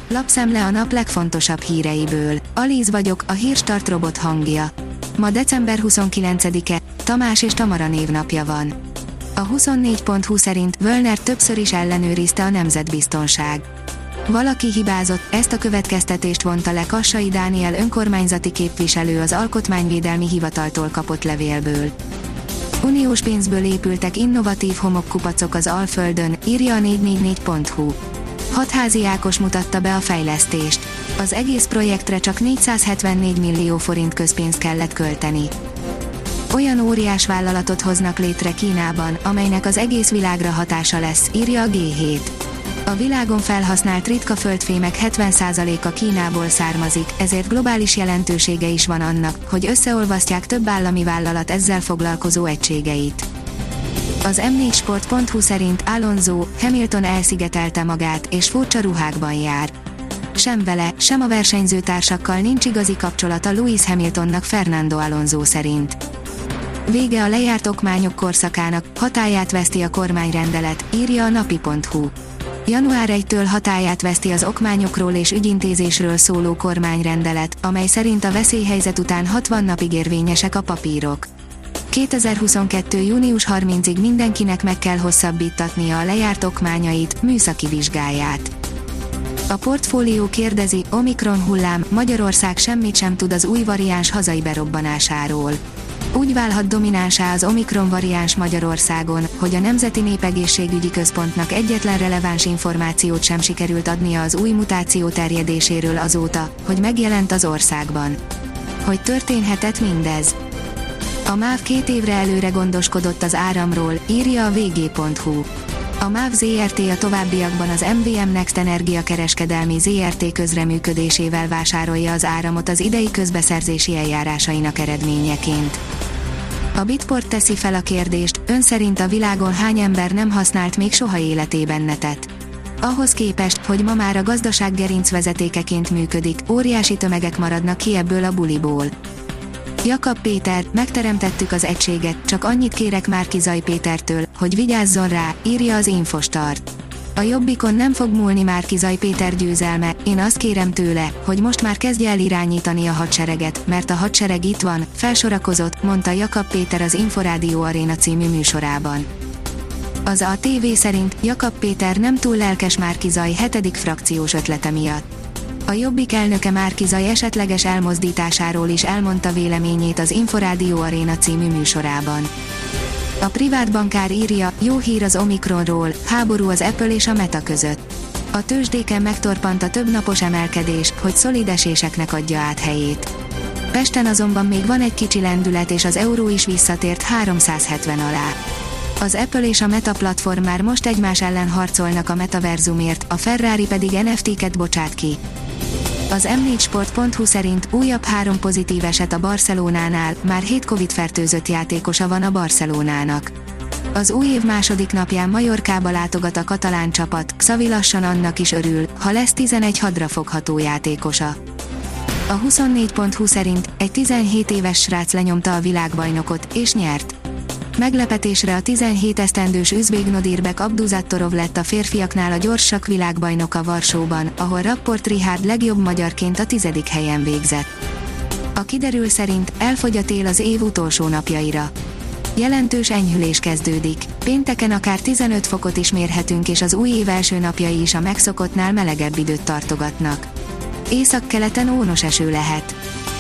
Lapszemle a nap legfontosabb híreiből. Alíz vagyok, a Hírstart robot hangja. Ma december 29-e, Tamás és Tamara névnapja van. A 24.20 szerint Völner többször is ellenőrizte a nemzetbiztonság. Valaki hibázott, ezt a következtetést vonta le Kassai Dániel önkormányzati képviselő az Alkotmányvédelmi Hivataltól kapott levélből. Uniós pénzből épültek innovatív homokkupacok az Alföldön, írja a 444.hu. 6 házi Ákos mutatta be a fejlesztést. Az egész projektre csak 474 millió forint közpénzt kellett költeni. Olyan óriás vállalatot hoznak létre Kínában, amelynek az egész világra hatása lesz, írja a G7. A világon felhasznált ritka földfémek 70%-a Kínából származik, ezért globális jelentősége is van annak, hogy összeolvasztják több állami vállalat ezzel foglalkozó egységeit. Az m4sport.hu szerint Alonso, Hamilton elszigetelte magát, és furcsa ruhákban jár. Sem vele, sem a versenyzőtársakkal nincs igazi kapcsolata Lewis Hamiltonnak Fernando Alonso szerint. Vége a lejárt okmányok korszakának, hatályát veszti a kormányrendelet, írja a napi.hu. Január 1-től hatályát veszti az okmányokról és ügyintézésről szóló kormányrendelet, amely szerint a veszélyhelyzet után 60 napig érvényesek a papírok. 2022. június 30-ig mindenkinek meg kell hosszabbítatnia a lejárt okmányait, műszaki vizsgáját. A Portfólió kérdezi, Omikron hullám, Magyarország semmit sem tud az új variáns hazai berobbanásáról. Úgy válhat dominánsá az Omikron variáns Magyarországon, hogy a Nemzeti Népegészségügyi Központnak egyetlen releváns információt sem sikerült adnia az új mutáció terjedéséről azóta, hogy megjelent az országban. Hogy történhetett mindez? A MÁV 2 évre előre gondoskodott az áramról, írja a vg.hu. A MÁV Zrt. A továbbiakban az MVM Next Energia Kereskedelmi Zrt. Közreműködésével vásárolja az áramot az idei közbeszerzési eljárásainak eredményeként. A Bitport teszi fel a kérdést, ön szerint a világon hány ember nem használt még soha életében netet? Ahhoz képest, hogy ma már a gazdaság gerincvezetékeként működik, óriási tömegek maradnak ki ebből a buliból. Jakab Péter, megteremtettük az egységet, csak annyit kérek Márki-Zay Pétertől, hogy vigyázzon rá, írja az Infostart. A Jobbikon nem fog múlni Márki-Zay Péter győzelme, én azt kérem tőle, hogy most már kezdje el irányítani a hadsereget, mert a hadsereg itt van, felsorakozott, mondta Jakab Péter az Inforádió Aréna című műsorában. Az ATV szerint Jakab Péter nem túl lelkes Márki-Zay 7. frakciós ötlete miatt. A Jobbik elnöke Márki-Zay esetleges elmozdításáról is elmondta véleményét az Inforádió Aréna című műsorában. A privát bankár írja, jó hír az Omikronról, háború az Apple és a Meta között. A tőzsdéken megtorpant a többnapos emelkedés, hogy szolid eséseknek adja át helyét. Pesten azonban még van egy kicsi lendület és az euró is visszatért 370 alá. Az Apple és a Meta platform már most egymás ellen harcolnak a metaverzumért, a Ferrari pedig NFT-ket bocsát ki. Az m4sport.hu szerint újabb 3 pozitív eset a Barcelonánál, már 7 Covid-fertőzött játékosa van a Barcelonának. Az új év második napján Majorkába látogat a katalán csapat, Xavi lassan annak is örül, ha lesz 11 hadrafogható játékosa. A 24.hu szerint egy 17 éves srác lenyomta a világbajnokot, és nyert. Meglepetésre a 17 esztendős üzbég Nodirbek Abduzattorov lett a férfiaknál a gyorsak világbajnoka Varsóban, ahol Rapport Richárd legjobb magyarként a 10. helyen végzett. A kiderül szerint elfogy a tél az év utolsó napjaira. Jelentős enyhülés kezdődik. Pénteken akár 15 fokot is mérhetünk és az új év első napjai is a megszokottnál melegebb időt tartogatnak. Északkeleten ónos eső lehet.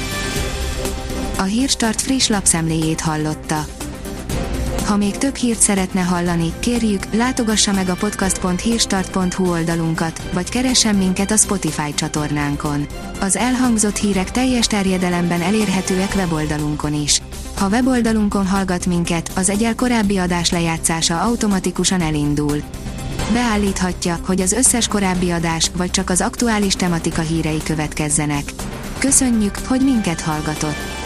A Hírstart friss lapszemléjét hallotta. Ha még több hírt szeretne hallani, kérjük, látogassa meg a podcast.hírstart.hu oldalunkat, vagy keressen minket a Spotify csatornánkon. Az elhangzott hírek teljes terjedelemben elérhetőek weboldalunkon is. Ha weboldalunkon hallgat minket, az egyel korábbi adás lejátszása automatikusan elindul. Beállíthatja, hogy az összes korábbi adás, vagy csak az aktuális tematika hírei következzenek. Köszönjük, hogy minket hallgatott!